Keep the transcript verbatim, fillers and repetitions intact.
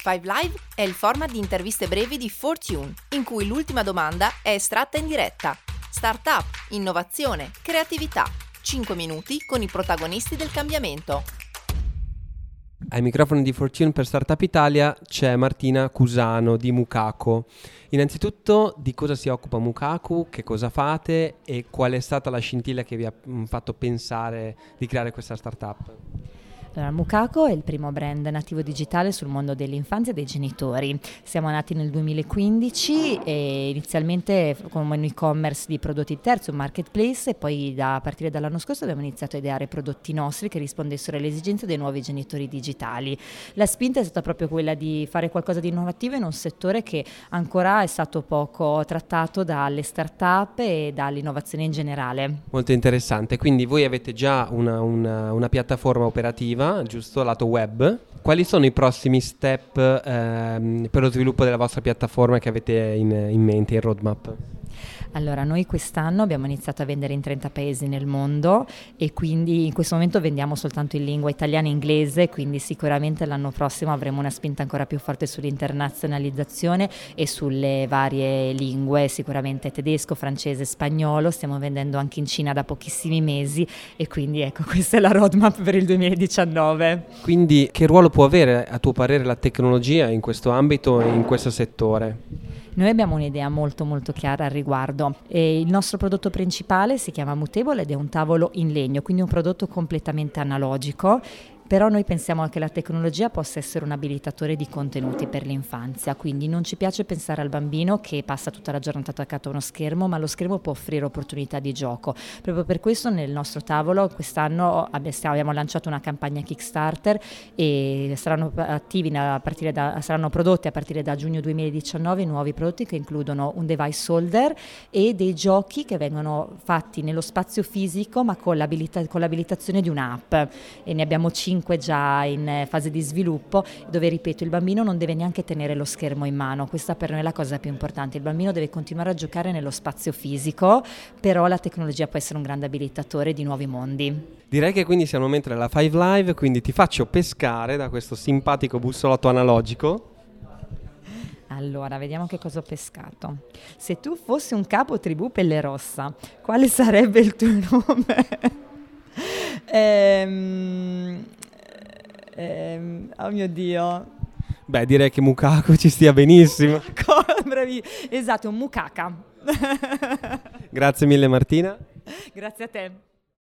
Five Live è il format di interviste brevi di Fortune, in cui l'ultima domanda è estratta in diretta. Startup, innovazione, creatività. cinque minuti con i protagonisti del cambiamento. Ai microfoni di Fortune per Startup Italia c'è Martina Cusano di Mukaku. Innanzitutto, di cosa si occupa Mukaku, che cosa fate e qual è stata la scintilla che vi ha mh, fatto pensare di creare questa startup? Allora, Mukaku è il primo brand nativo digitale sul mondo dell'infanzia e dei genitori. Siamo nati nel duemilaquindici e inizialmente come un e-commerce di prodotti terzi, un marketplace, e poi da, a partire dall'anno scorso abbiamo iniziato a ideare prodotti nostri che rispondessero alle esigenze dei nuovi genitori digitali. La spinta è stata proprio quella di fare qualcosa di innovativo in un settore che ancora è stato poco trattato dalle start-up e dall'innovazione in generale. Molto interessante, quindi voi avete già una, una, una piattaforma operativa, giusto, lato web. Quali sono i prossimi step ehm, per lo sviluppo della vostra piattaforma che avete in, in mente, in roadmap? Allora, noi quest'anno abbiamo iniziato a vendere in trenta paesi nel mondo e quindi in questo momento vendiamo soltanto in lingua italiana e inglese, quindi sicuramente l'anno prossimo avremo una spinta ancora più forte sull'internazionalizzazione e sulle varie lingue, sicuramente tedesco, francese, spagnolo. Stiamo vendendo anche in Cina da pochissimi mesi e quindi ecco, questa è la roadmap per il duemiladiciannove. Quindi che ruolo può avere a tuo parere la tecnologia in questo ambito e in questo settore? Noi abbiamo un'idea molto molto chiara al riguardo. E il nostro prodotto principale si chiama Mutable ed è un tavolo in legno, quindi un prodotto completamente analogico. Però noi pensiamo che la tecnologia possa essere un abilitatore di contenuti per l'infanzia, quindi non ci piace pensare al bambino che passa tutta la giornata attaccato a uno schermo, ma lo schermo può offrire opportunità di gioco. Proprio per questo nel nostro tavolo quest'anno abbiamo lanciato una campagna Kickstarter e saranno attivi a partire da, saranno prodotti a partire da giugno duemiladiciannove nuovi prodotti che includono un device holder e dei giochi che vengono fatti nello spazio fisico ma con, l'abilita- con l'abilitazione di un'app, e ne abbiamo cinque già in fase di sviluppo, dove ripeto il bambino non deve neanche tenere lo schermo in mano. Questa per noi è la cosa più importante. Il bambino deve continuare a giocare nello spazio fisico, però la tecnologia può essere un grande abilitatore di nuovi mondi. Direi che quindi siamo al momento della Five Live, quindi ti faccio pescare da questo simpatico bussolotto analogico. Allora, vediamo che cosa ho pescato. Se tu fossi un capo tribù pelle rossa, quale sarebbe il tuo nome? ehm... Ehm, oh mio Dio. Beh, direi che Mukaku ci stia benissimo. Bravi. Esatto, un mukaka. Grazie mille Martina. Grazie a te.